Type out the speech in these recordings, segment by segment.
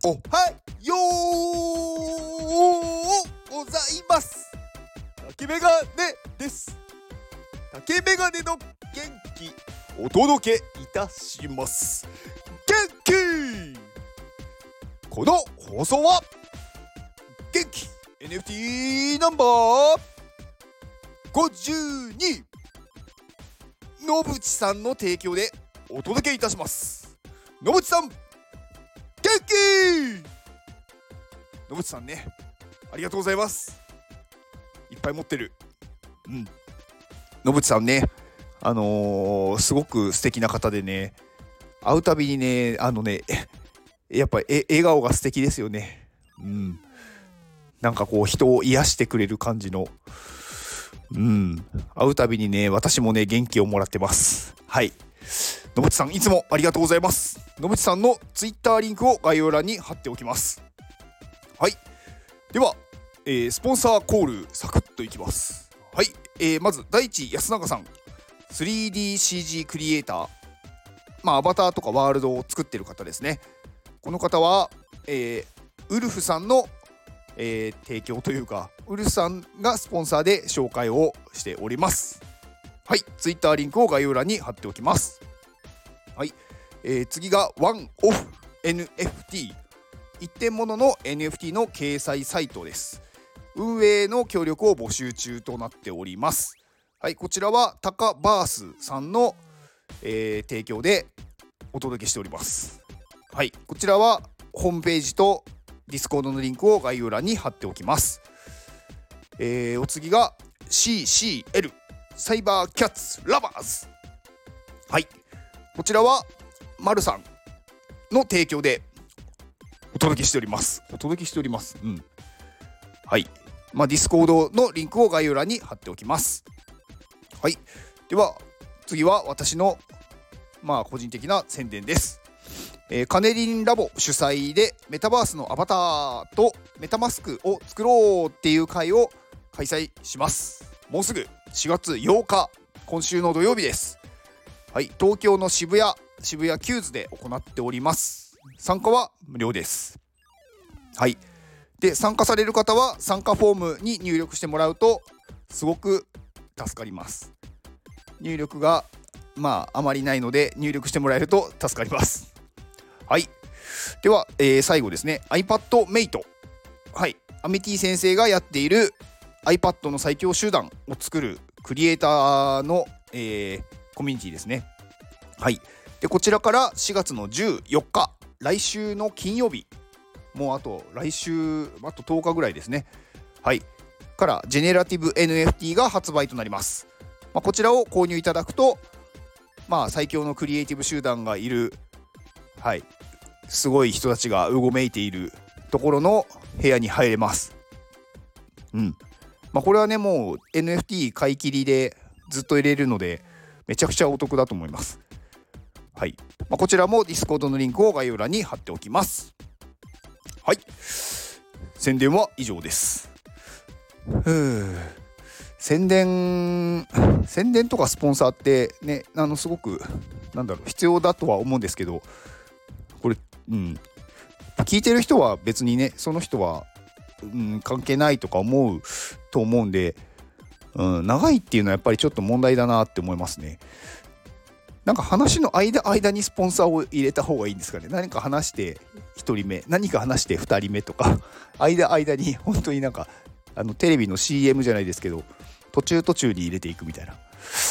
おはようございます。竹メガネです。竹メガネの元気お届けいたします。元気。この放送は元気 NFT ナンバー52野淵さんの提供でお届けいたします。野淵さん元気。野淵さんね、ありがとうございます。いっぱい持ってる。野淵さんね、すごく素敵な方でね、会うたびにね、やっぱり笑顔が素敵ですよね。なんかこう人を癒してくれる感じの、会うたびにね、私もね元気をもらってます。はい。野淵さんいつもありがとうございます。野淵さんのツイッターリンクを概要欄に貼っておきます。はい。では、スポンサーコールサクッといきます。はい。まず第一安永さん、 3DCG クリエイター、アバターとかワールドを作ってる方ですね。この方は、ウルフさんの、提供というか、ウルフさんがスポンサーで紹介をしております。はい。ツイッターリンクを概要欄に貼っておきます。はい。次がワンオフ NFT、 一点物の NFT の掲載サイトです。運営の協力を募集中となっております。はい。こちらはタカバースさんの、提供でお届けしております。はい。こちらはホームページとディスコードのリンクを概要欄に貼っておきます。お次が CCL サイバーキャッツラバーズ。はい。こちらはマルさんの提供でお届けしております。はい。ディスコードのリンクを概要欄に貼っておきます。はい。では次は私の個人的な宣伝です。カネリンラボ主催でメタバースのアバターとメタマスクを作ろうっていう会を開催します。もうすぐ4月8日、今週の土曜日です。はい。東京の渋谷キューズで行っております。参加は無料です。はい。で、参加される方は参加フォームに入力してもらうとすごく助かります。入力があまりないので入力してもらえると助かります。はい。では、最後ですね、 iPadMate。 はい。アメティ先生がやっている iPad の最強集団を作るクリエイターの、コミュニティですね。はい。で、こちらから4月の14日、来週の金曜日、もう来週あと10日ぐらいですね。はい。からジェネラティブ NFT が発売となります。こちらを購入いただくと、最強のクリエイティブ集団がいる、はい、すごい人たちがうごめいているところの部屋に入れます。これはね、もう NFT 買い切りでずっと入れるのでめちゃくちゃお得だと思います。はい。こちらもディスコードのリンクを概要欄に貼っておきます。はい。宣伝は以上です。宣伝とかスポンサーってね、すごく必要だとは思うんですけど、これ聞いてる人は別にね、その人は関係ないとか思うと思うんで、長いっていうのはやっぱりちょっと問題だなって思いますね。話の間にスポンサーを入れた方がいいんですかね。何か話して1人目、何か話して2人目とか、間に本当にテレビの CM じゃないですけど、途中に入れていくみたいな。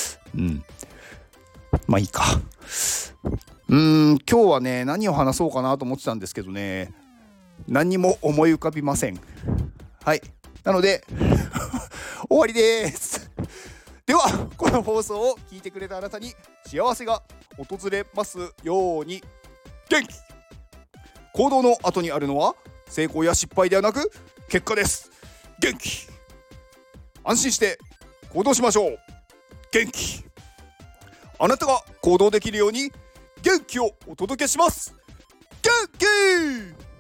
いいか。今日はね、何を話そうかなと思ってたんですけどね、何にも思い浮かびません。はい。なので終わりです。では、この放送を聞いてくれたあなたに幸せが訪れますように。元気。行動の後にあるのは成功や失敗ではなく結果です。元気。安心して行動しましょう。元気。あなたが行動できるように元気をお届けします。元気。